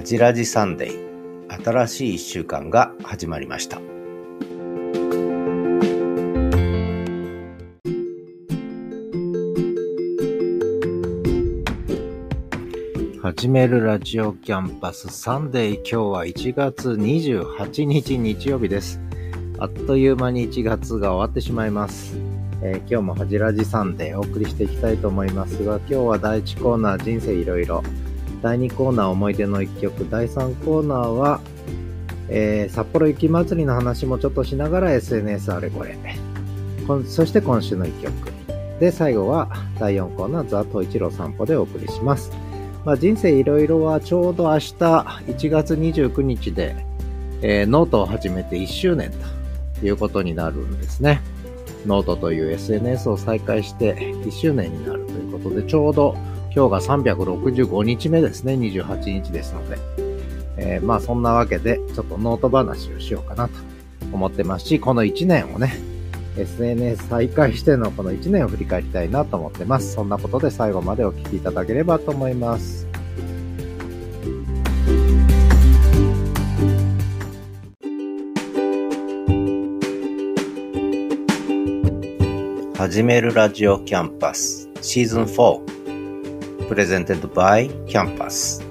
ジラジサンデー、新しい1週間が始まりました。始めるラジオキャンパスサンデー、今日は1月28日日曜日です。あっという間に1月が終わってしまいます。今日もハジラジサンデーお送りしていきたいと思いますが、今日は第1コーナー人生いろいろ、第2コーナー思い出の1曲、第3コーナーは、札幌雪まつりの話もちょっとしながら SNS あれこれ、そして今週の1曲で、最後は第4コーナーザ・トイチロー散歩でお送りします。人生いろいろはちょうど明日1月29日で、ノートを始めて1周年ということになるんですね。ノートという SNS を再開して1周年になるということで、ちょうど今日が365日目ですね。28日ですので、そんなわけでちょっとノート話をしようかなと思ってますし、この1年をね、SNS 再開してのこの1年を振り返りたいなと思ってます。そんなことで最後までお聞きいただければと思います。始めるラジオキャンパスシーズン4プレゼンテッドバイキャンパス。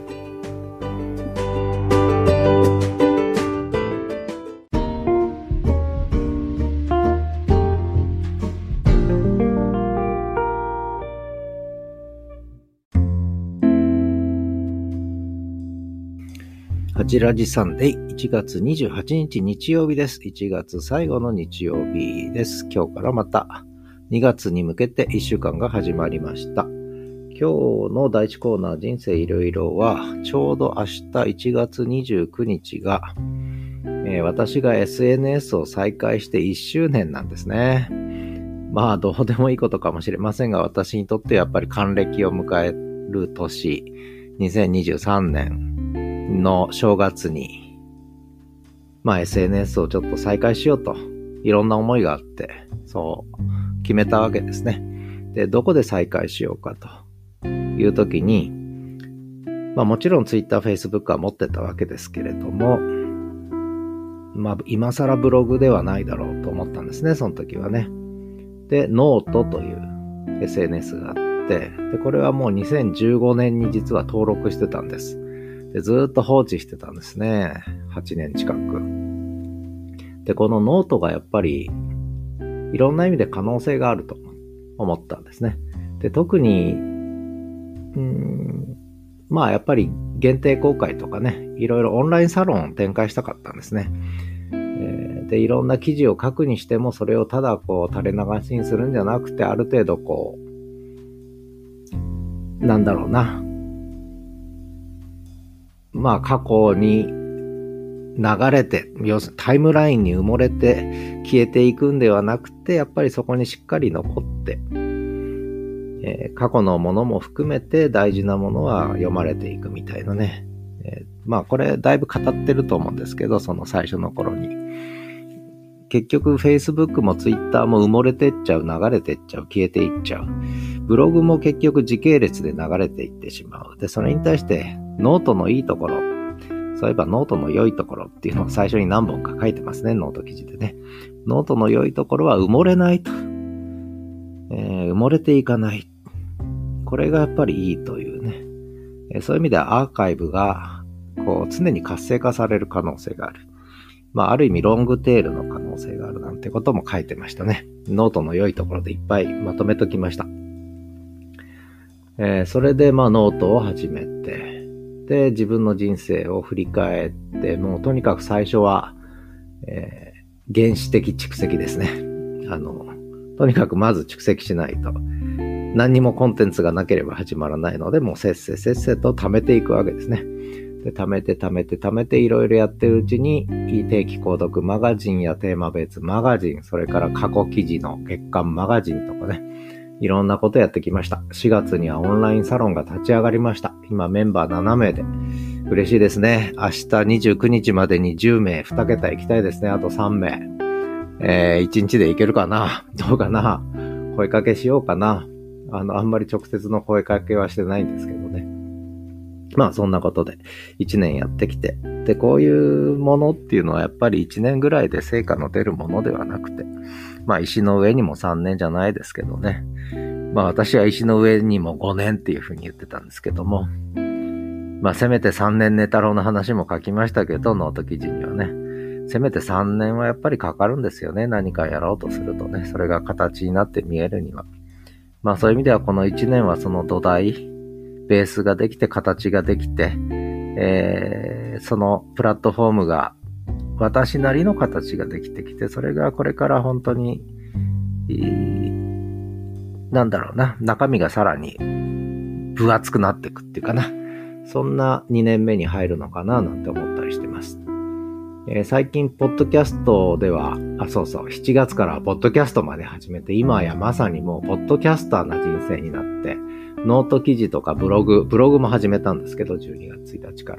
ハジラジサンデー1月28日日曜日です。1月最後の日曜日です。今日からまた2月に向けて1週間が始まりました。今日の第1コーナー人生いろいろはちょうど明日1月29日が、私が SNS を再開して1周年なんですね。どうでもいいことかもしれませんが、私にとってやっぱり還暦を迎える年、2023年の正月に、SNS をちょっと再開しようと、いろんな思いがあって、そう決めたわけですね。で、どこで再開しようかというときに、もちろん Twitter、Facebook は持ってたわけですけれども、今更ブログではないだろうと思ったんですね、その時はね。で、ノートという SNS があって、で、これはもう2015年に実は登録してたんです。で、ずーっと放置してたんですね。8年近く。で、このノートがやっぱりいろんな意味で可能性があると思ったんですね。で、特にやっぱり限定公開とかね、いろいろオンラインサロンを展開したかったんですね。で、いろんな記事を書くにしても、それをただ垂れ流しにするんじゃなくて、ある程度過去に流れて、要するにタイムラインに埋もれて消えていくんではなくて、やっぱりそこにしっかり残って、過去のものも含めて大事なものは読まれていくみたいなね。これだいぶ語ってると思うんですけど、その最初の頃に。結局 Facebook も Twitter も埋もれてっちゃう、流れてっちゃう、消えていっちゃう。ブログも結局時系列で流れていってしまう。で、それに対してノートのいいところ、そういえばノートの良いところっていうのを最初に何本か書いてますね、ノート記事でね。ノートの良いところは埋もれないと。埋もれていかない。これがやっぱりいいというね。そういう意味ではアーカイブが常に活性化される可能性がある。ある意味ロングテールの可能性があるなんてことも書いてましたね。ノートの良いところでいっぱいまとめときました。それでノートを始めて、で、自分の人生を振り返って、もうとにかく最初は、原始的蓄積ですね。とにかくまず蓄積しないと、何にもコンテンツがなければ始まらないので、もうせっせと貯めていくわけですね。で、貯めていろいろやってるうちに、定期購読マガジンやテーマ別マガジン、それから過去記事の月刊マガジンとかね、いろんなことやってきました。4月にはオンラインサロンが立ち上がりました。今メンバー7名で。嬉しいですね。明日29日までに10名、2桁行きたいですね。あと3名。1日で行けるかな？どうかな？声かけしようかな？あんまり直接の声かけはしてないんですけどね。 まあそんなことで1年やってきて、でこういうものっていうのはやっぱり1年ぐらいで成果の出るものではなくて、まあ石の上にも3年じゃないですけどね、まあ私は石の上にも5年っていうふうに言ってたんですけども、まあせめて3年ネタロウの話も書きましたけど、ノート記事にはね、せめて3年はやっぱりかかるんですよね。何かやろうとするとね、それが形になって見えるには。まあそういう意味ではこの1年はその土台、ベースができて形ができて、そのプラットフォームが私なりの形ができてきて、それがこれから本当に、なんだろうな、中身がさらに分厚くなっていくっていうかな。そんな2年目に入るのかななんて思ったりしてます。最近ポッドキャストでは、7月からポッドキャストまで始めて、今やまさにもうポッドキャスターな人生になって、ノート記事とかブログも始めたんですけど、12月1日から。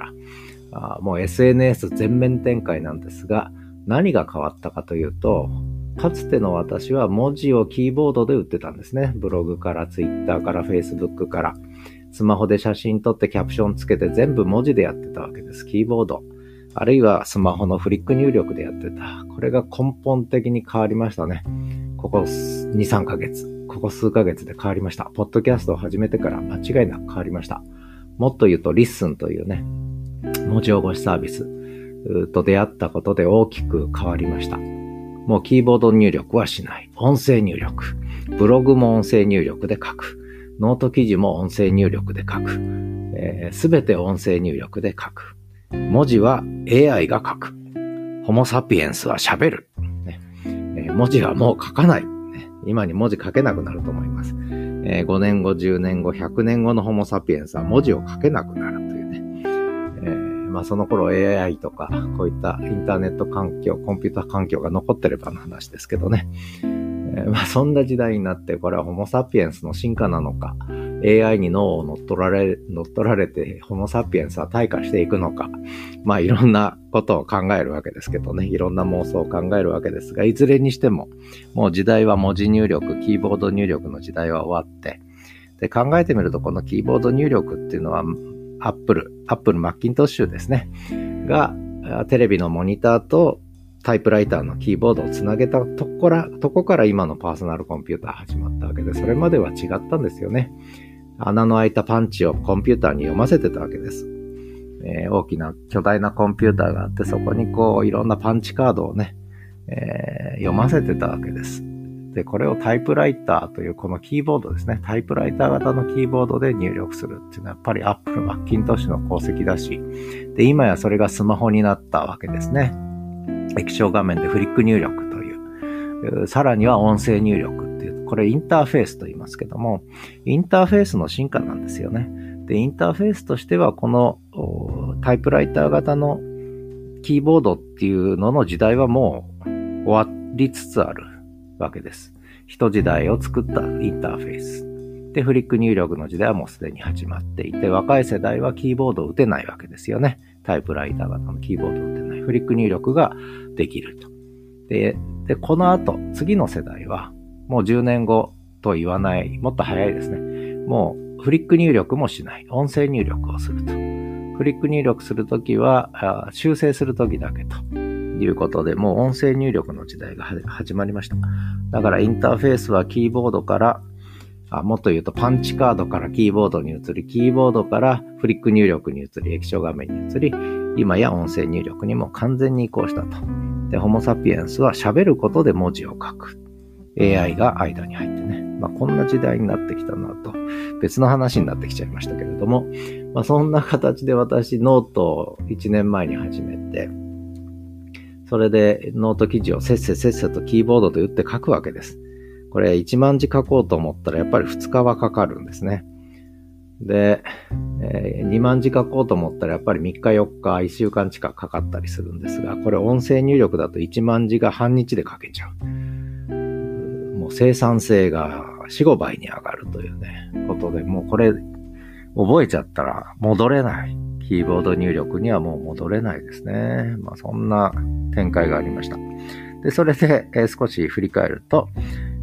もう SNS 全面展開なんですが、何が変わったかというと、かつての私は文字をキーボードで打ってたんですね。ブログからツイッターからフェイスブックから、スマホで写真撮ってキャプションつけて全部文字でやってたわけです。キーボード。あるいはスマホのフリック入力でやってた。これが根本的に変わりましたね。ここ2、3ヶ月。ここ数ヶ月で変わりました。ポッドキャストを始めてから間違いなく変わりました。もっと言うとリッスンというね、文字起こしサービスと出会ったことで大きく変わりました。もうキーボード入力はしない。音声入力。ブログも音声入力で書く。ノート記事も音声入力で書く。すべて音声入力で書く。文字は AI が書く。ホモサピエンスは喋る。文字はもう書かない。今に文字書けなくなると思います。5年後、10年後、100年後のホモサピエンスは文字を書けなくなるというね。まあその頃 AI とかこういったインターネット環境、コンピューター環境が残ってればの話ですけどね。まあそんな時代になって、これはホモサピエンスの進化なのか、AI に脳を乗っ取られてホモサピエンスは退化していくのか、まあいろんなことを考えるわけですけどね、いろんな妄想を考えるわけですが、いずれにしてももう時代は文字入力、キーボード入力の時代は終わって、で考えてみるとこのキーボード入力っていうのはアップルマッキントッシュですねがテレビのモニターとタイプライターのキーボードをつなげたとこから今のパーソナルコンピューター始まったわけで、それまでは違ったんですよね。穴の開いたパンチをコンピューターに読ませてたわけです。大きな巨大なコンピューターがあって、そこにこういろんなパンチカードをね、読ませてたわけです。で、これをタイプライターというこのキーボードですね。タイプライター型のキーボードで入力するっていうのはやっぱりアップルマッキントッシュの功績だし、で、今やそれがスマホになったわけですね。液晶画面でフリック入力という、さらには音声入力っていう、これインターフェースと言いますけども、インターフェースの進化なんですよね。で、インターフェースとしてはこのタイプライター型のキーボードっていうのの時代はもう終わりつつあるわけです。一時代を作ったインターフェース。で、フリック入力の時代はもうすでに始まっていて、若い世代はキーボードを打てないわけですよね。タイプライター型のキーボードを打てない。フリック入力ができると。で、この後、次の世代は、もう10年後と言わない、もっと早いですね。もうフリック入力もしない。音声入力をすると。フリック入力するときは、修正するときだけということで、もう音声入力の時代が始まりました。だからインターフェースはキーボードから、もっと言うとパンチカードからキーボードに移り、キーボードからフリック入力に移り、液晶画面に移り、今や音声入力にも完全に移行したと。で、ホモサピエンスは喋ることで文字を書く。AI が間に入ってね。こんな時代になってきたなと。別の話になってきちゃいましたけれども、そんな形で私ノートを1年前に始めて、それでノート記事をせっせとキーボードで打って書くわけです。これ1万字書こうと思ったらやっぱり2日はかかるんですね。で、2万字書こうと思ったらやっぱり3日4日1週間近くかかったりするんですが、これ音声入力だと1万字が半日で書けちゃう。もう生産性が 4,5 倍に上がるというね、ことで、もうこれ覚えちゃったら戻れない。キーボード入力にはもう戻れないですね。そんな展開がありました。で、それで、少し振り返ると、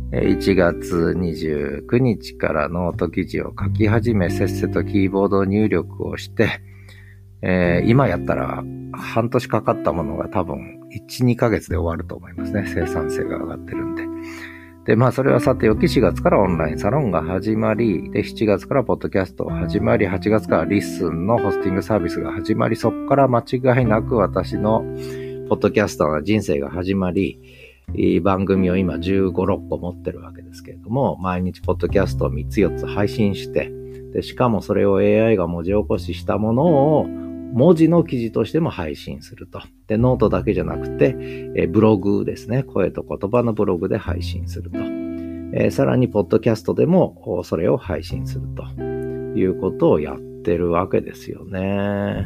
1月29日からノート記事を書き始め、せっせとキーボード入力をして、今やったら半年かかったものが多分1、2ヶ月で終わると思いますね。生産性が上がってるんで。で、それはさておき4月からオンラインサロンが始まり、で、7月からポッドキャストが始まり、8月からリッスンのホスティングサービスが始まり、そこから間違いなく私のポッドキャスターの人生が始まり、番組を今15、6個持ってるわけですけれども、毎日ポッドキャストを3つ4つ配信して、で、しかもそれを AI が文字起こししたものを文字の記事としても配信すると。で、ノートだけじゃなくて、ブログですね。声と言葉のブログで配信すると。さらに、ポッドキャストでもそれを配信するということをやってるわけですよね。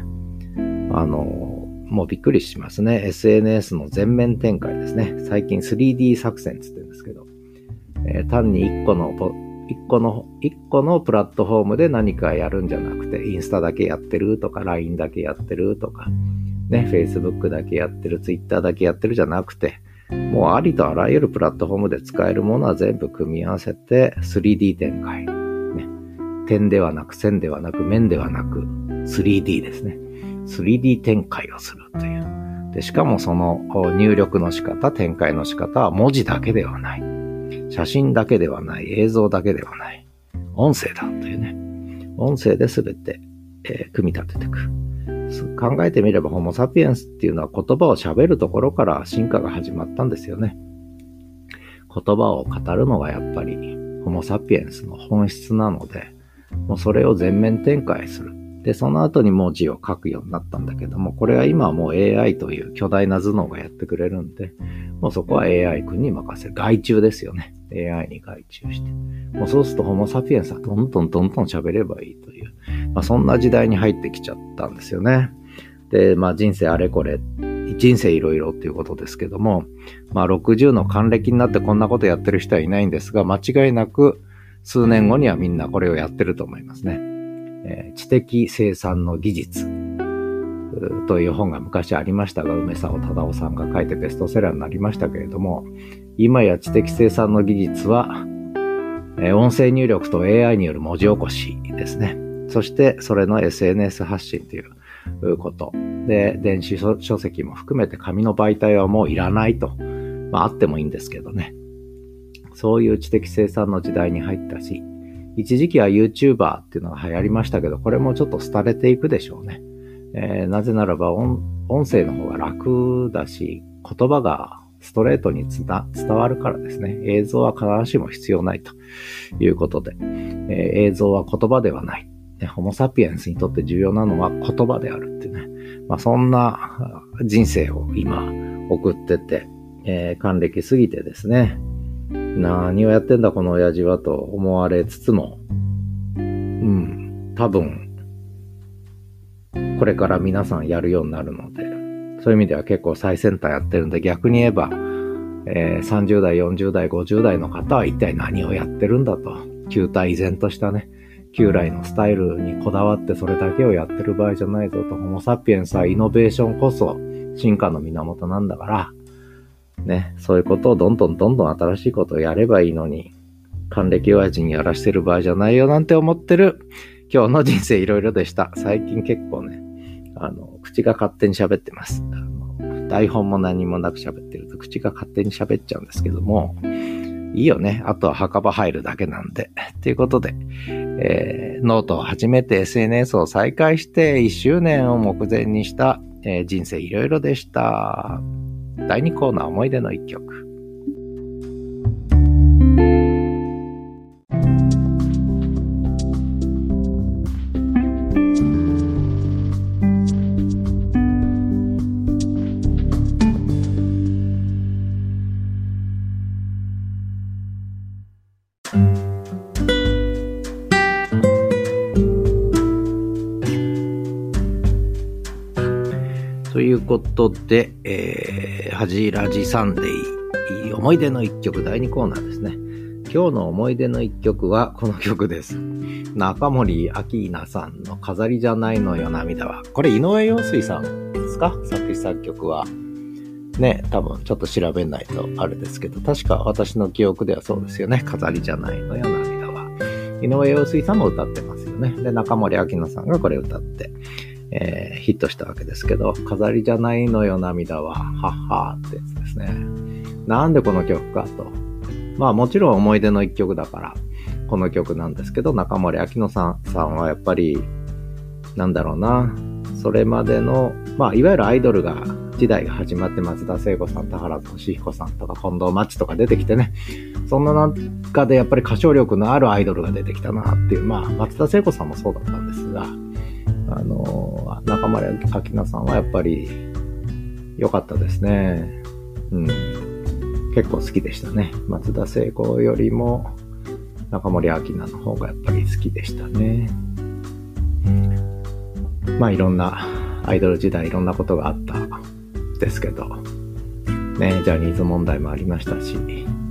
もうびっくりしますね。SNS の全面展開ですね。最近 3D 作戦って言ってるんですけど、単に一個のプラットフォームで何かやるんじゃなくて、インスタだけやってるとか、LINE だけやってるとか、ね、Facebook だけやってる、Twitter だけやってるじゃなくて、もうありとあらゆるプラットフォームで使えるものは全部組み合わせて 3D 展開。ね、点ではなく線ではなく面ではなく 3D ですね。3D 展開をするという。で、しかもその入力の仕方、展開の仕方は文字だけではない。写真だけではない。映像だけではない。音声だというね。音声で全て、組み立てていく。考えてみればホモサピエンスっていうのは言葉を喋るところから進化が始まったんですよね。言葉を語るのがやっぱりホモサピエンスの本質なので、もうそれを全面展開する。で、その後に文字を書くようになったんだけども、これは今はもう AI という巨大な頭脳がやってくれるんで、もうそこは AI 君に任せる。外注ですよね。AI に外注して。もうそうするとホモサピエンスはどんどん喋ればいいという、そんな時代に入ってきちゃったんですよね。で、人生あれこれ、人生いろいろっていうことですけども、60の還暦になってこんなことやってる人はいないんですが、間違いなく数年後にはみんなこれをやってると思いますね。知的生産の技術という本が昔ありましたが、梅沢忠夫さんが書いてベストセラーになりましたけれども、今や知的生産の技術は、音声入力と AI による文字起こしですね。そしてそれの SNS 発信ということで、電子書籍も含めて紙の媒体はもういらないと、あってもいいんですけどね。そういう知的生産の時代に入ったし、一時期は YouTuber っていうのが流行りましたけど、これもちょっと廃れていくでしょうね。なぜならば音声の方が楽だし、言葉がストレートに伝わるからですね。映像は必ずしも必要ないということで、映像は言葉ではない。ホモサピエンスにとって重要なのは言葉であるっていうね。そんな人生を今送ってて、還暦過ぎてですね。何をやってんだこの親父はと思われつつも、多分これから皆さんやるようになるので、そういう意味では結構最先端やってるんで、逆に言えば、30代、40代、50代の方は一体何をやってるんだと、旧態依然としたね、旧来のスタイルにこだわってそれだけをやってる場合じゃないぞと、ホモサピエンスはイノベーションこそ進化の源なんだから、ね、そういうことをどんどん新しいことをやればいいのに、還暦親父にやらしてる場合じゃないよなんて思ってる今日の人生いろいろでした。最近結構ね、口が勝手に喋ってます。台本も何もなく喋ってると口が勝手に喋っちゃうんですけども、いいよね。あとは墓場入るだけなんで。ということで、ノートを始めて SNS を再開して1周年を目前にした、人生いろいろでした。第2コーナー思い出の一曲。ということで、はじらじサンデー思い出の一曲第2コーナーですね。今日の思い出の一曲はこの曲です。中森明菜さんの飾りじゃないのよ涙は。これ井上陽水さんですか？作詞作曲は。 ね、多分ちょっと調べないとあれですけど、確か私の記憶ではそうですよね。飾りじゃないのよ涙は。井上陽水さんも歌ってますよね。で、中森明菜さんがこれ歌って、ヒットしたわけですけど、飾りじゃないのよ涙は、はっはーってやつですね。なんでこの曲かと。まあもちろん思い出の一曲だから、この曲なんですけど、中森明菜さんはやっぱり、なんだろうな、それまでの、まあいわゆるアイドルが、時代が始まって松田聖子さん、田原俊彦さんとか近藤真知とか出てきてね、そんな中でやっぱり歌唱力のあるアイドルが出てきたなっていう、まあ松田聖子さんもそうだったんですが、中森明菜さんはやっぱり良かったですね。結構好きでしたね。松田聖子よりも中森明菜の方がやっぱり好きでしたね。まあいろんなアイドル時代いろんなことがあったですけどね、ジャニーズ問題もありましたし、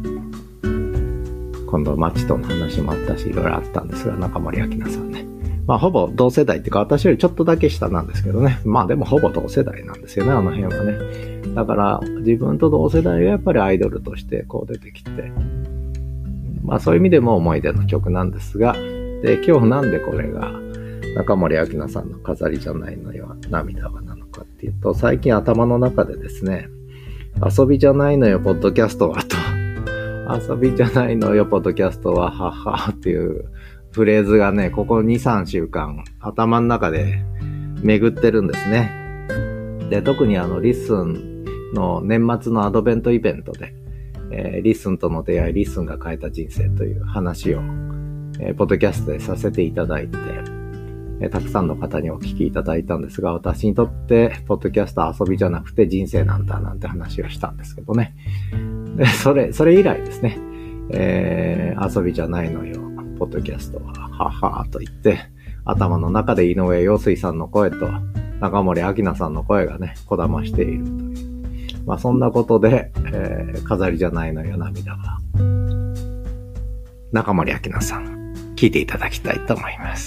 今度マッチとの話もあったし、いろいろあったんですが、中森明菜さんね、まあほぼ同世代っていうか、私よりちょっとだけ下なんですけどね、まあでもほぼ同世代なんですよね、あの辺はね。だから自分と同世代がやっぱりアイドルとしてこう出てきて、まあそういう意味でも思い出の曲なんですが、で今日なんでこれが中森明菜さんの飾りじゃないのよ涙はなのかっていうと、最近頭の中でですね、遊びじゃないのよポッドキャストはと、遊びじゃないのよポッドキャストはははっていうフレーズがね、ここ 2,3 週間頭の中で巡ってるんですね。で、特にリッスンの年末のアドベントイベントで、リッスンとの出会い、リッスンが変えた人生という話を、ポッドキャストでさせていただいて、たくさんの方にお聞きいただいたんですが、私にとってポッドキャストは遊びじゃなくて人生なんだなんて話をしたんですけどね。で、それ以来ですね、遊びじゃないのよポッドキャストはははと言って、頭の中で井上陽水さんの声と中森明菜さんの声がね、こだましているという、まあそんなことで、飾りじゃないのよ涙は中森明菜さん聞いていただきたいと思います。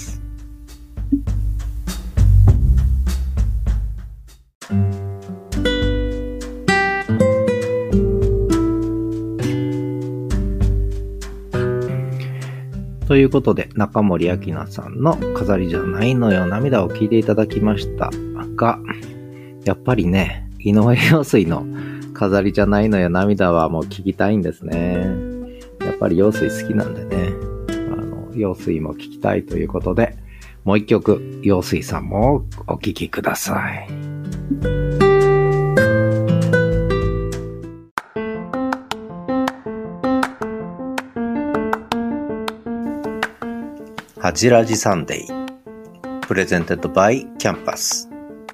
ということで、中森明菜さんの飾りじゃないのよ涙を聞いていただきましたが、やっぱりね、井上陽水の飾りじゃないのよ涙はもう聞きたいんですね。やっぱり陽水好きなんでね、陽水も聞きたいということで、もう一曲、陽水さんもお聞きください。はじらじサンデープレゼンテッドバイキャンパス。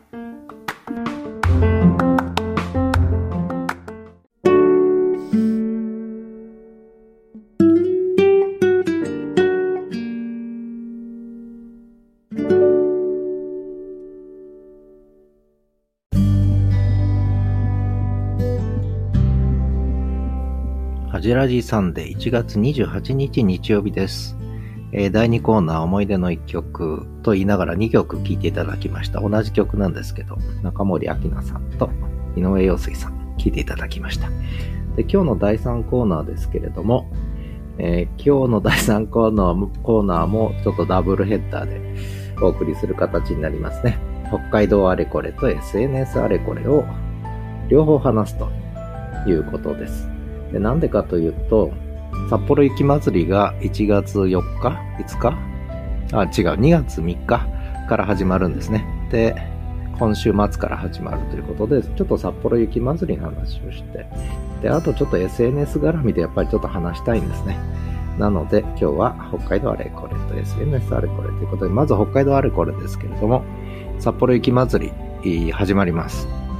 はじらじサンデー1月28日日曜日です。第2コーナー思い出の1曲と言いながら2曲聴いていただきました。同じ曲なんですけど、中森明菜さんと井上陽水さん聴いていただきました。で、今日の第3コーナーですけれども、今日の第3コーナーもちょっとダブルヘッダーでお送りする形になりますね。北海道あれこれと SNS あれこれを両方話すということです。で、なんでかというと、札幌雪まつりが1月4日 ?5 日2月3日から始まるんですね。で、今週末から始まるということで、ちょっと札幌雪まつりの話をして、で、あとちょっと SNS 絡みでやっぱりちょっと話したいんですね。なので、今日は北海道あれこれと SNS あれこれということで、まず北海道あれこれですけれども、札幌雪まつり始まります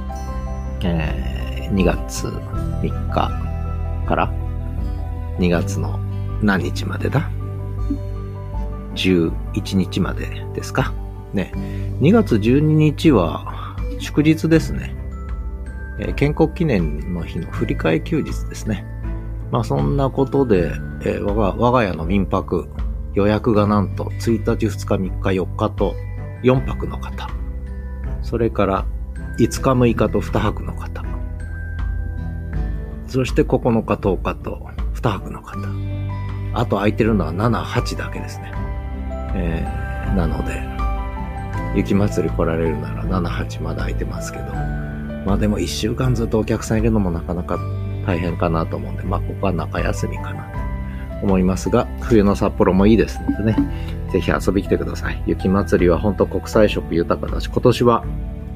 。2月3日から2月の何日までだ ?11 日までですかね。2月12日は祝日ですね。建国記念の日の振り替え休日ですね。まあそんなことで、我が家の民泊予約がなんと1日2日3日4日と4泊の方。それから5日6日と2泊の方。 そして9日10日と2泊の方。あと空いてるのは7、8だけですね。なので、雪祭り来られるなら7、8まだ空いてますけど、まあでも1週間ずっとお客さんいるのもなかなか大変かなと思うんで、まあここは中休みかなと思いますが、冬の札幌もいいですのでね、ぜひ遊び来てください。雪祭りは本当国際色豊かだし、今年は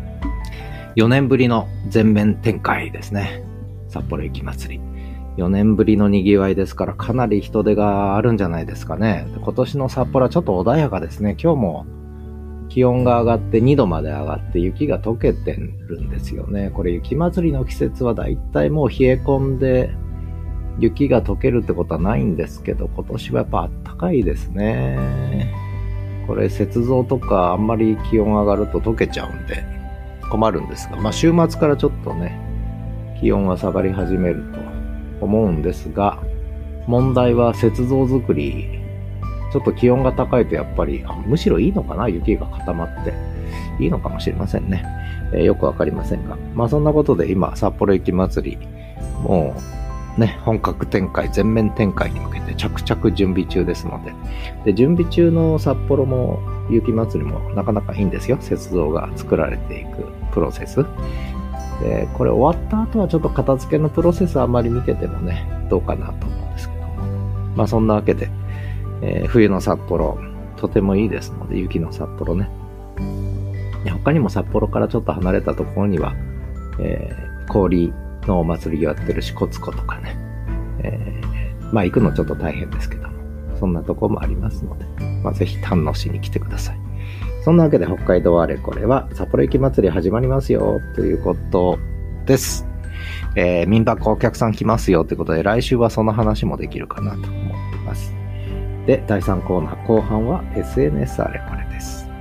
4年ぶりの全面展開ですね。札幌雪祭り。4年ぶりの賑わいですから、かなり人手があるんじゃないですかね。今年の札幌はちょっと穏やかですね。今日も気温が上がって2度まで上がって雪が溶けてるんですよね。これ雪祭りの季節はだいたいもう冷え込んで雪が溶けるってことはないんですけど、今年はやっぱ暖かいですね。これ雪像とかあんまり気温上がると溶けちゃうんで困るんですが、まあ週末からちょっとね、気温が下がり始めると思うんですが、問題は雪像作り、ちょっと気温が高いとやっぱりむしろいいのかな、雪が固まっていいのかもしれませんね。よくわかりませんが、まあそんなことで今札幌雪まつりもうね、本格展開、全面展開に向けて着々準備中ですので、準備中の札幌も雪まつりもなかなかいいんですよ。雪像が作られていくプロセスで、これ終わった後はちょっと片付けのプロセスあんまり見ててもね、どうかなと思うんですけども、まあそんなわけで、冬の札幌とてもいいですので、雪の札幌ね。他にも札幌からちょっと離れたところには、氷のお祭りをやってる支笏湖とかね、まあ行くのちょっと大変ですけども、そんなところもありますので、まあぜひ堪能しに来てください。そんなわけで北海道あれこれは札幌雪まつり始まりますよということです。民泊お客さん来ますよということで、来週はその話もできるかなと思っています。で、第3コーナー後半は SNS あれこれです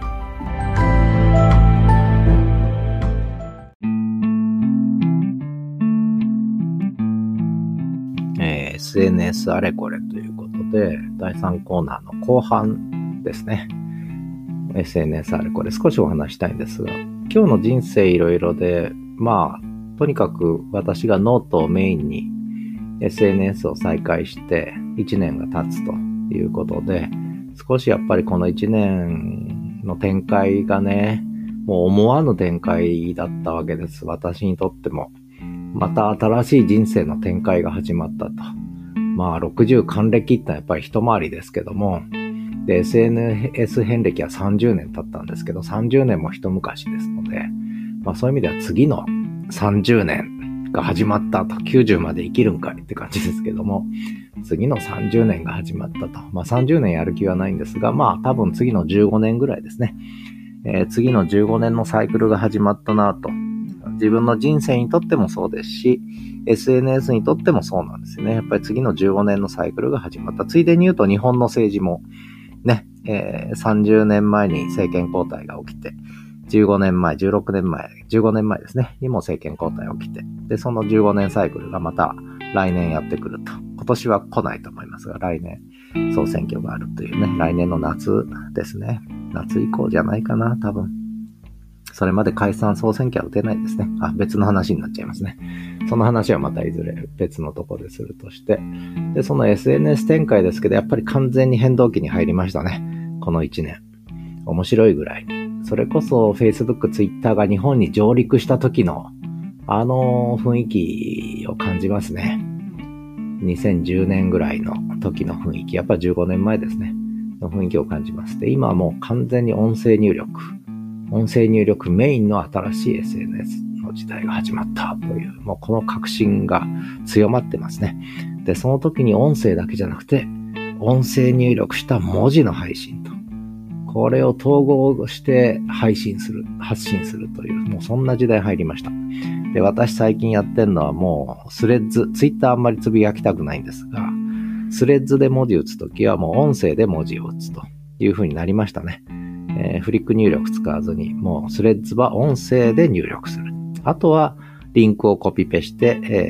。SNS あれこれということで、第3コーナーの後半ですね。SNS あれこれ少しお話したいんですが、今日の人生いろいろで、まあ、とにかく私がノートをメインに SNS を再開して1年が経つということで、少しやっぱりこの1年の展開がね、もう思わぬ展開だったわけです。私にとっても。また新しい人生の展開が始まったと。まあ60還暦ってやっぱり一回りですけども、で SNS 遍歴は30年経ったんですけど、30年も一昔ですので、まあそういう意味では次の30年が始まったと、90まで生きるんかいって感じですけども、次の30年が始まったと。まあ30年やる気はないんですが、まあ多分次の15年ぐらいですね。次の15年のサイクルが始まったなと。自分の人生にとってもそうですし、SNS にとってもそうなんですよね。やっぱり次の15年のサイクルが始まった。ついでに言うと日本の政治もね、30年前に政権交代が起きて、15年前、16年前、15年前ですね、にも政権交代が起きて、で、その15年サイクルがまた来年やってくると。今年は来ないと思いますが、来年総選挙があるというね、来年の夏ですね。夏以降じゃないかな、多分。それまで解散総選挙は打てないですね。別の話になっちゃいますね。その話はまたいずれ別のところでするとして。で、その SNS 展開ですけど、やっぱり完全に変動期に入りましたね。この1年。面白いぐらいに。それこそ Facebook、Twitter が日本に上陸した時の雰囲気を感じますね。2010年ぐらいの時の雰囲気。やっぱ15年前ですね。の雰囲気を感じます。で、今はもう完全に音声入力メインの新しい SNS の時代が始まったという、もうこの確信が強まってますね。で、その時に音声だけじゃなくて、音声入力した文字の配信と、これを統合して発信するという、もうそんな時代入りました。で、私最近やってんのはもうスレッズ、ツイッターあんまりつぶやきたくないんですが、スレッズで文字打つときはもう音声で文字を打つという風になりましたね。フリック入力使わずに、もうスレッズは音声で入力する。あとはリンクをコピペして、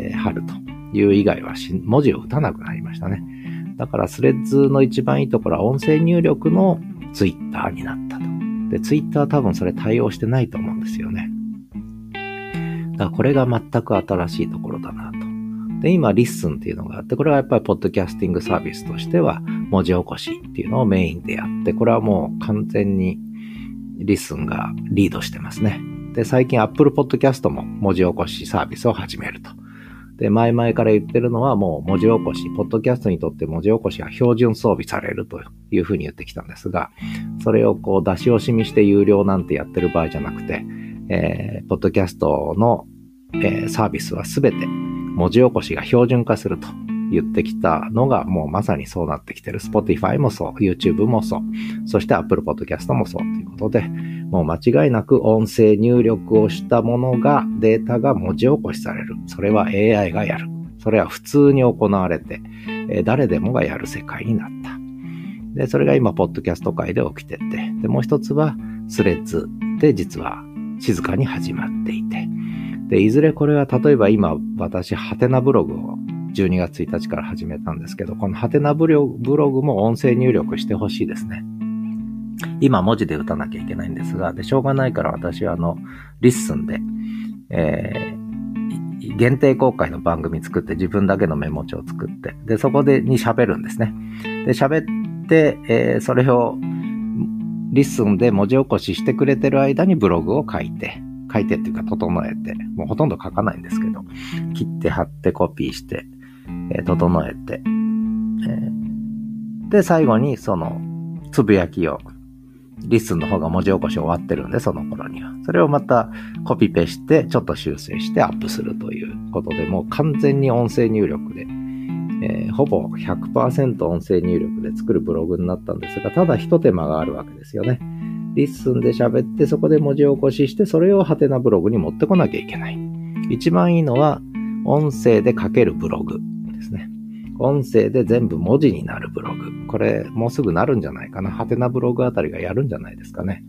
貼るという以外は文字を打たなくなりましたね。だからスレッズの一番いいところは音声入力のツイッターになったと。で、ツイッターは多分それ対応してないと思うんですよね。だからこれが全く新しいところだなと。 で、今、リッスンっていうのがあって、これはやっぱりポッドキャスティングサービスとしては、文字起こしっていうのをメインでやって、これはもう完全にリッスンがリードしてますね。で、最近 Apple Podcast も文字起こしサービスを始めると。で、前々から言ってるのはもう文字起こし、ポッドキャストにとって文字起こしが標準装備されるというふうに言ってきたんですが、それをこう出し惜しみして有料なんてやってる場合じゃなくて、ポッドキャストの、サービスはすべて文字起こしが標準化すると言ってきたのがもうまさにそうなってきてる。Spotify もそう、YouTube もそう、そして Apple Podcast もそうということで、もう間違いなく音声入力をしたものが、データが文字起こしされる。それは AI がやる。それは普通に行われて、誰でもがやる世界になった。で、それが今、ポッドキャスト界で起きてて、で、もう一つは、スレッズで実は静かに始まっていて、で、いずれこれは例えば今、私、ハテナブログを12月1日から始めたんですけど、このハテナブログも音声入力してほしいですね。今文字で打たなきゃいけないんですが、で、しょうがないから私はリッスンで、限定公開の番組作って自分だけのメモ帳を作って、で、そこに喋るんですね。で、喋って、それをリッスンで文字起こししてくれてる間にブログを書いてっていうか整えて、もうほとんど書かないんですけど、切って貼ってコピーして、整えて、で、最後にそのつぶやきをリッスンの方が文字起こし終わってるんで、その頃には。それをまたコピペして、ちょっと修正してアップするということで、もう完全に音声入力で、ほぼ 100% 音声入力で作るブログになったんですが、ただ一手間があるわけですよね。リッスンで喋って、そこで文字起こしして、それをハテナブログに持ってこなきゃいけない。一番いいのは、音声で書けるブログですね。音声で全部文字になるブログ。これ、もうすぐなるんじゃないかな。ハテナブログあたりがやるんじゃないですかね。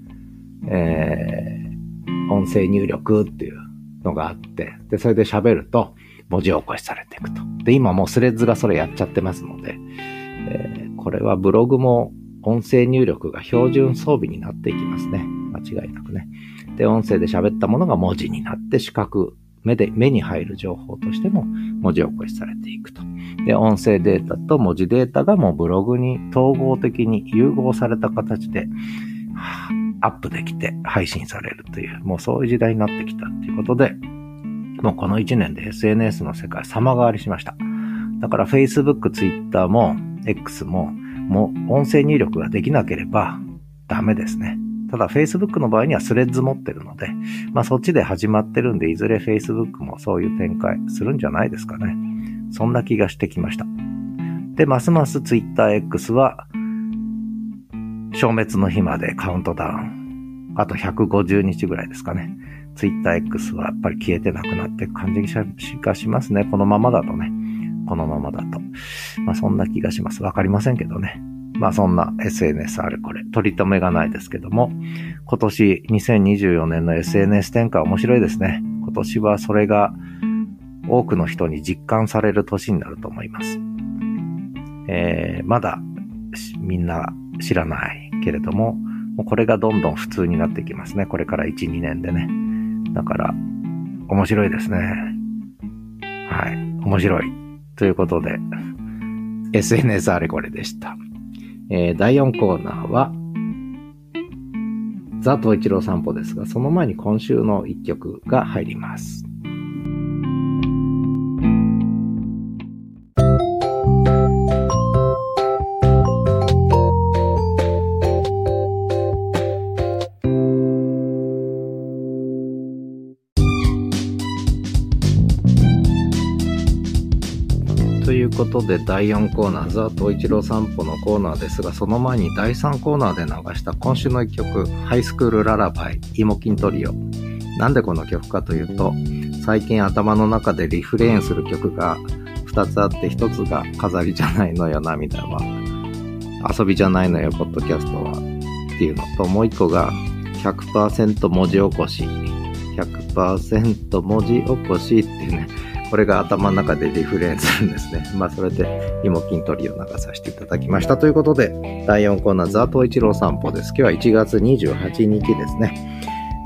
音声入力っていうのがあって、で、それで喋ると文字起こしされていくと。で、今もうスレッズがそれやっちゃってますので、これはブログも音声入力が標準装備になっていきますね。間違いなくね。で、音声で喋ったものが文字になって目に入る情報としても文字起こしされていくと。で、音声データと文字データがもうブログに統合的に融合された形でアップできて配信されるという、もうそういう時代になってきたということで、もうこの1年で SNS の世界様変わりしました。だから Facebook、Twitter も X ももう音声入力ができなければダメですね。ただ Facebook の場合にはスレッズ持ってるので、まあそっちで始まってるんで、いずれ Facebook もそういう展開するんじゃないですかね。そんな気がしてきました。で、ますます TwitterX は消滅の日までカウントダウン。あと150日ぐらいですかね。TwitterX はやっぱり消えてなくなっていく感じがしますね。このままだとね。このままだと。まあそんな気がします。わかりませんけどね。まあそんな SNS あれこれ取り留めがないですけども、今年2024年の SNS 展開面白いですね。今年はそれが多くの人に実感される年になると思います。まだみんな知らないけれども、もうこれがどんどん普通になってきますね。これから1、2年でね。だから面白いですね。はい、面白いということで SNS あれこれでした。第4コーナーはザ・トウイチロー散歩ですが、その前に今週の1曲が入ります。ということで第4コーナーザ・トウイチロー散歩のコーナーですが、その前に第3コーナーで流した今週の1曲、ハイスクールララバイイモキントリオ。なんでこの曲かというと、最近頭の中でリフレインする曲が2つあって、1つが飾りじゃないのよ涙は、遊びじゃないのよポッドキャストはっていうのと、もう1個が 100% 文字起こし 100% 文字起こしっていうね、これが頭の中でリフレインするんですね。まあそれでイモキントリを流させていただきましたということで、第4コーナーザ・トウイチロー散歩です。今日は1月28日ですね。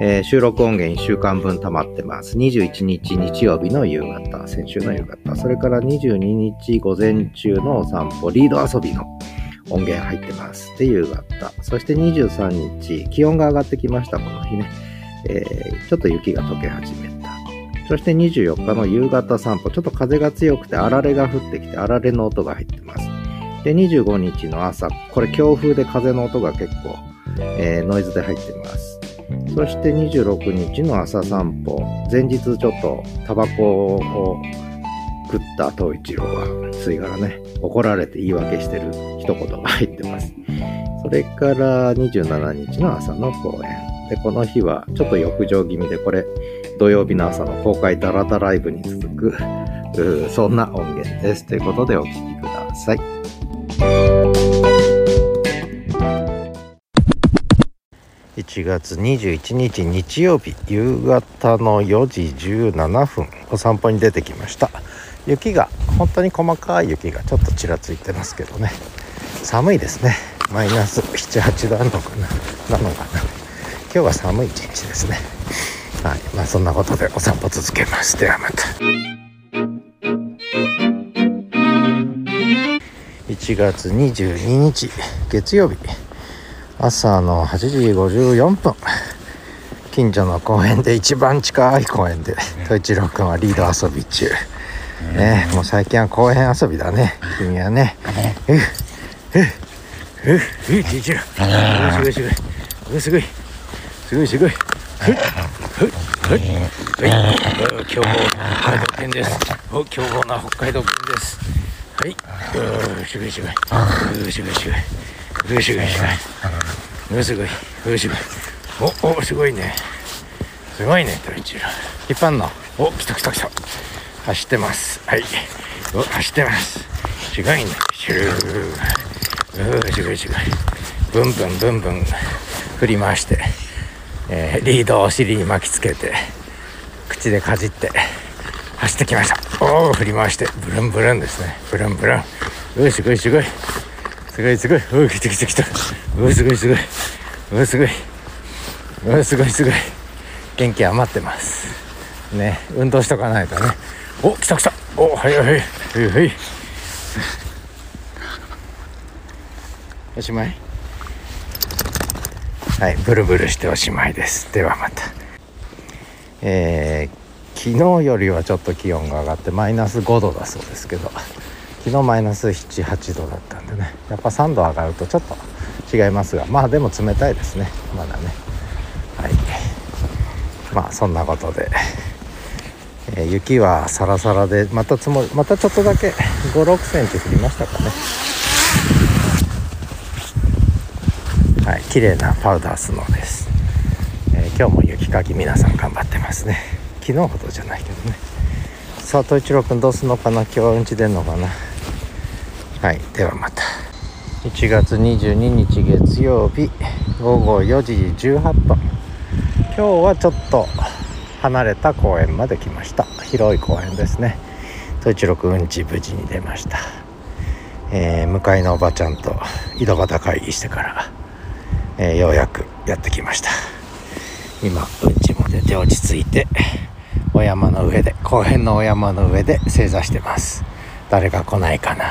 収録音源1週間分溜まってます。21日日曜日の夕方、先週の夕方、それから22日午前中のお散歩、リード遊びの音源入ってます。で、夕方。そして23日、気温が上がってきました、この日ね。ちょっと雪が溶け始めた。そして24日の夕方散歩、ちょっと風が強くてあられが降ってきて、あられの音が入ってます。で、25日の朝、これ強風で風の音が結構、ノイズで入ってます。そして26日の朝散歩、前日ちょっとタバコを食った東一郎は吸い殻ね、怒られて言い訳してる一言が入ってます。それから27日の朝の公演で、この日はちょっと浴場気味で、これ土曜日の朝の公開ダラダライブに続くそんな音源です。ということでお聴きください。1月21日日曜日、夕方の4時17分、お散歩に出てきました。雪が、本当に細かい雪がちょっとちらついてますけどね、寒いですね。マイナス7、8度あるのかな、今日は寒い一日ですね。はい、そんなことでお散歩続けます。ではまた。1月22日月曜日、朝の8時54分、近所の公園で、一番近い公園で統一郎くんはリード遊び中ね。もう最近は公園遊びだね、君はね。統一郎すごい強豪な北海道犬です。強豪な北海道犬です。はい、すごいすごいね、統一郎引っ張んの。来た走ってます。はい、走ってます。すごいね、すごいブンブン振り回して、リードをお尻に巻きつけて口でかじって走ってきました。振り回してブルンブルンですね。ブルンすごい来たすごい元気余ってますね。運動しとかないとね。来たはいおしまい。はい、ブルブルしておしまいです。ではまた。昨日よりはちょっと気温が上がってマイナス5度だそうですけど、昨日マイナス7、8度だったんでね、やっぱ3度上がるとちょっと違いますが、でも冷たいですね、まだね。はい、そんなことで、雪はサラサラでまたちょっとだけ5、6センチ降りましたかね。はい、綺麗なパウダースノーです。今日も雪かき皆さん頑張ってますね。昨日ほどじゃないけどね。さあ、統一郎くんどうすんのかな、今日はうんち出んのかな。はい、ではまた。1月22日月曜日午後4時18分、今日はちょっと離れた公園まで来ました。広い公園ですね。統一郎くんうんち無事に出ました。向かいのおばちゃんと井戸端会議してからようやくやってきました。今うんちも出て落ち着いて、公園のお山の上で正座してます。誰か来ないかな。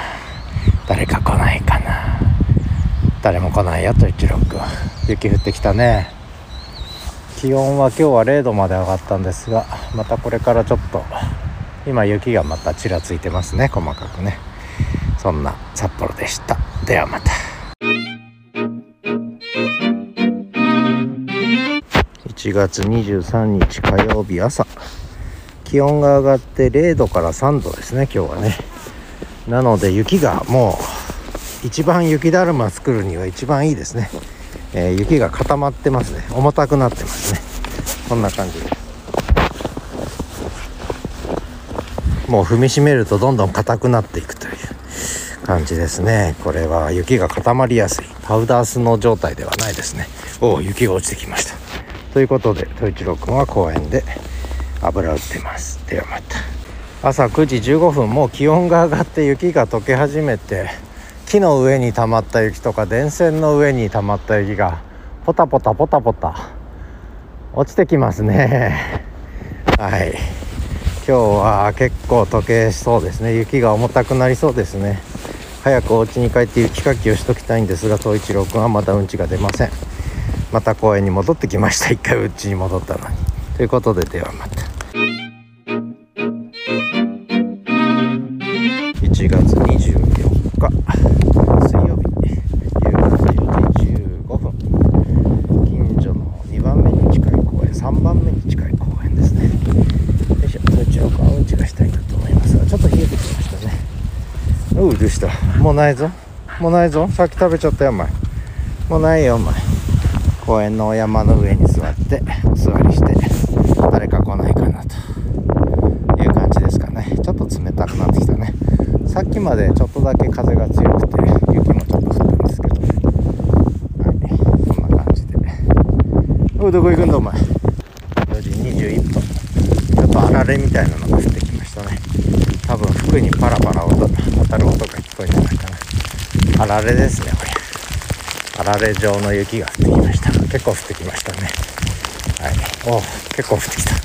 誰も来ないよ、統一郎くん。雪降ってきたね。気温は今日は0度まで上がったんですが、またこれからちょっと今雪がまたちらついてますね、細かくね。そんな札幌でした。ではまた。1月23日火曜日朝、気温が上がって0度から3度ですね、今日はね。なので雪がもう一番雪だるま作るには一番いいですね。雪が固まってますね。重たくなってますね。こんな感じです。もう踏みしめるとどんどん硬くなっていくという感じですね。これは雪が固まりやすいパウダースノー状態ではないですね。雪が落ちてきました。ということで統一郎くんは公園で油売ってます。ではまた。朝9時15分、もう気温が上がって雪が溶け始めて、木の上に溜まった雪とか電線の上に溜まった雪がポタポタ落ちてきますね。はい、今日は結構溶けそうですね。雪が重たくなりそうですね。早くお家に帰って雪かきをしときたいんですが、東一郎くんはまだうんちが出ません。また公園に戻ってきました。一回うちに戻ったのに。ということで、ではまた。1月24日水曜日、夕方4時15分、近所の2番目に近い公園、3番目に近い公園ですね。よいしょ。東一郎くんはうんちがしたいんだと思いますが、ちょっと冷えてきましたね。どうした。もうないぞ。さっき食べちゃったよお前。もうないよお前。公園のお山の上に座ってお座りして、誰か来ないかなという感じですかね。ちょっと冷たくなってきたね。さっきまでちょっとだけ風が強くて雪もちょっと降ったんですけどね。はい、こんな感じで。おい、どこ行くんだお前。4時21分。ちょっとあられみたいなのが降ってきましたね。多分服にパラパラ当たる音が聞こえるんじゃないかな。あられですねこれ。あられ状の雪が降ってきました。結構降ってきましたね。はい、お、結構降ってきた。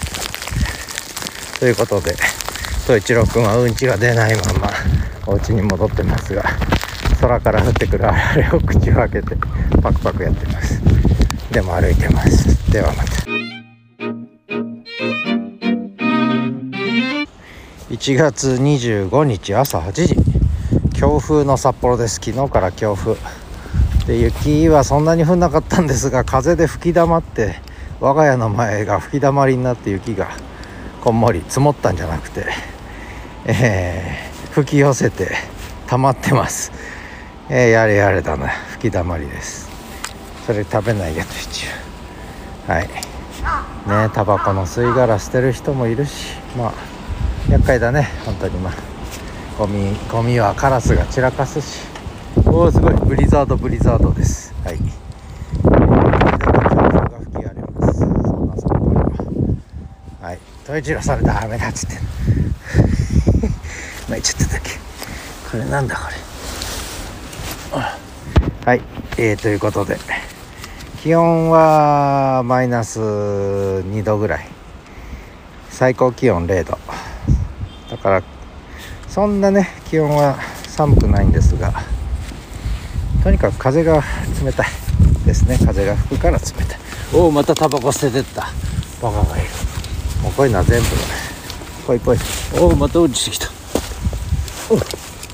ということで、東一郎くんはうんちが出ないままお家に戻ってますが、空から降ってくるあられを口を開けてパクパクやってます。でも歩いてます。ではまた。1月25日朝8時、強風の札幌です。昨日から強風で、雪はそんなに降んなかったんですが、風で吹き溜まって我が家の前が吹き溜まりになって、雪がこんもり積もったんじゃなくて、吹き寄せて溜まってます。やれやれだな、吹き溜まりです。それ食べないやと一応。はいね、タバコの吸い殻捨てる人もいるし、まあ厄介だね本当に。まあゴミはカラスが散らかすし。おー、すごいブリザードです。はい、風が吹き荒れます。そんな札幌は。はい、東一郎それダメだっつってまあちょっとだけこれなんだこれ。はい、ということで、気温はマイナス2度ぐらい、最高気温0度だから、そんなね気温は寒くないんですが、とにかく風が冷たいですね。風が吹くから冷たい。おお、またタバコ捨ててったバカがいる。もうこういうのは全部ポイポイ。おお、また落ちてきた。おう、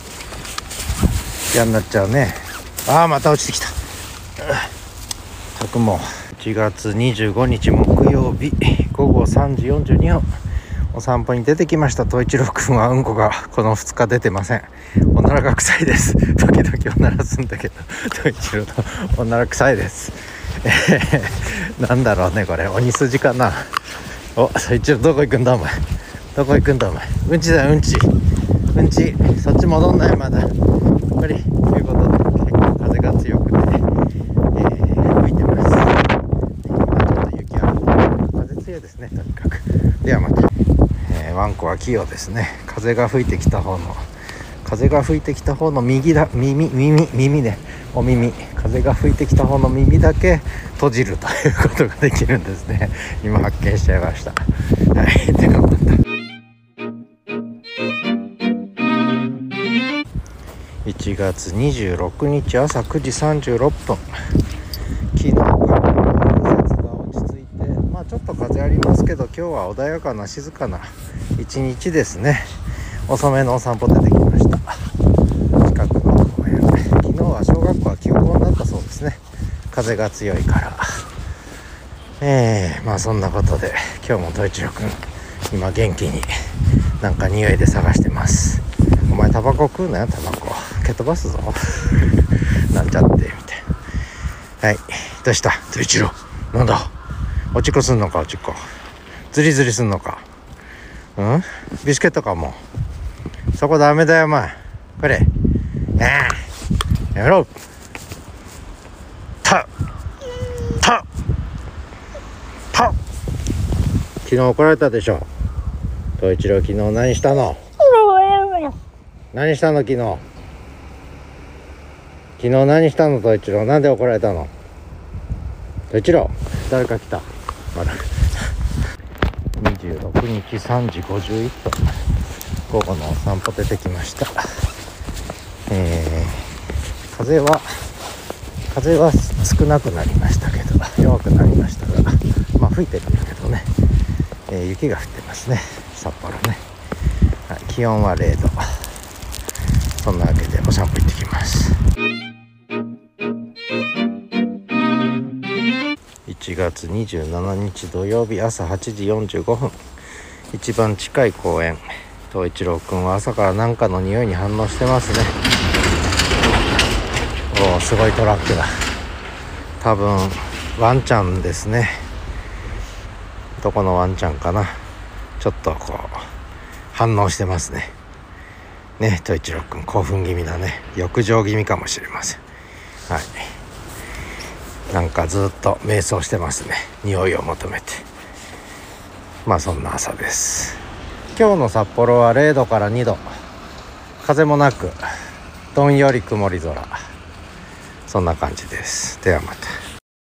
嫌になっちゃうね。ああ、また落ちてきた。たくも1月25日木曜日午後3時42分、お散歩に出てきました。東一郎くんはうんこがこの2日出てません。おならが臭いです。時々おならすんだけど、東一郎のおなら臭いです。なんだろうねこれ、鬼筋かな。お、東一郎どこ行くんだお前。どこ行くんだお前。うんちだよ、うんち。そっち戻んない。まだやっぱり。ということで、結構風が強くて、吹いてます。今ちょっと雪は風強いですね、とにかく。ではまた。ワンコは器用ですね。風が吹いてきた方の右だ、耳ね、お耳、風が吹いてきた方の耳だけ閉じるということができるんですね。今発見しちゃいました。はい、ではまた。1月26日朝9時36分、昨日から風雪が落ち着いて、まあちょっと風ありますけど、今日は穏やかな静かな一日ですね。遅めのお散歩出てきました。近くの公園。昨日は小学校は休校になったそうですね。風が強いから。まあそんなことで、今日も東一郎くん今元気になんか匂いで探してます。お前タバコ食うなよ、タバコ蹴飛ばすぞなんちゃってみたいな。はい、どうした東一郎、なんだ、おちっこすんのか、おちっこズリズリすんのか。ビスケットかも。そこダメだよお前。これやめろ。昨日怒られたでしょ東一郎。昨日何したの昨日何したの東一郎。なんで怒られたの東一郎。誰か来た。 かる。26日3時51分、午後のお散歩出てきました。風は少なくなりましたけど、弱くなりましたが、吹いてるんだけどね、雪が降ってますね、札幌ね。はい、気温は0度。そんなわけでお散歩行ってきます。1月27日土曜日、朝8時45分、一番近い公園、東一郎くんは朝から何かの匂いに反応してますね。すごいトラックだ。多分ワンちゃんですね。どこのワンちゃんかな。ちょっと反応してますね。東一郎くん興奮気味だね。浴場気味かもしれません。はい、なんかずっと瞑想してますね、匂いを求めて。そんな朝です。今日の札幌は0度から2度、風もなくどんより曇り空、そんな感じです。ではまた。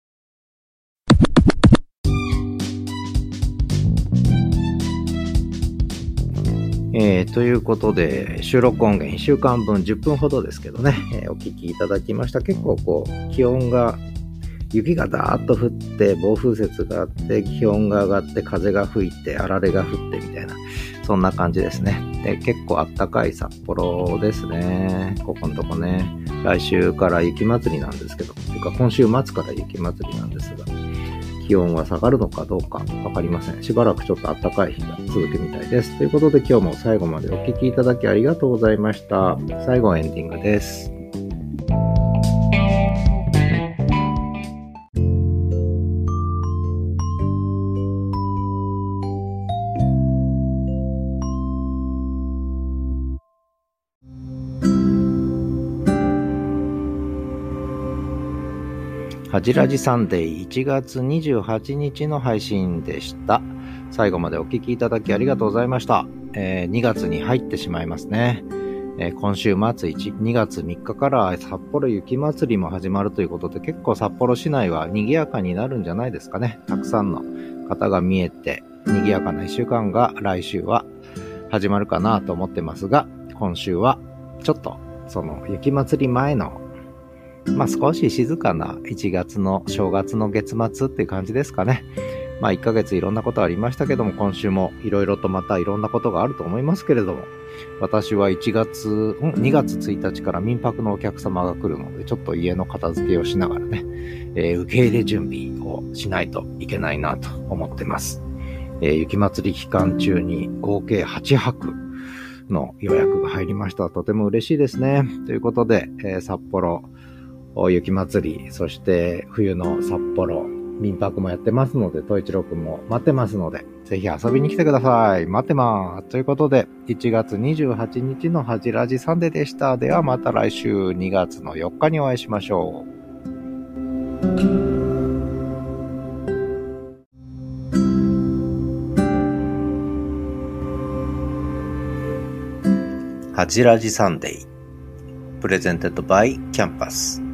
ということで、収録音源1週間分10分ほどですけどね、お聞きいただきました。結構気温が、雪がダーッと降って暴風雪があって気温が上がって風が吹いてあられが降ってみたいな、そんな感じですね。で、結構あったかい札幌ですね。ここのとこね、来週から雪祭りなんですけど、というか今週末から雪祭りなんですが、気温は下がるのかどうかわかりません。しばらくちょっと暖かい日が続くみたいです。ということで今日も最後までお聞きいただきありがとうございました。最後エンディングです。はじらじサンデー1月28日の配信でした。最後までお聞きいただきありがとうございました。2月に入ってしまいますね。今週末2月3日から札幌雪まつりも始まるということで、結構札幌市内は賑やかになるんじゃないですかね。たくさんの方が見えて賑やかな1週間が来週は始まるかなと思ってますが、今週はちょっとその雪まつり前の少し静かな1月の正月の月末っていう感じですかね。1ヶ月いろんなことありましたけども、今週もいろいろとまたいろんなことがあると思いますけれども、私は2月1日から民泊のお客様が来るので、ちょっと家の片付けをしながらね、受け入れ準備をしないといけないなと思ってます。雪祭り期間中に合計8泊の予約が入りました。とても嬉しいですね。ということで、札幌雪祭り、そして冬の札幌民泊もやってますので、東一郎くんも待ってますので、ぜひ遊びに来てください。待ってます。ということで、1月28日のはじらじサンデーでした。ではまた来週2月の4日にお会いしましょう。はじらじサンデープレゼンテッドバイキャンパス。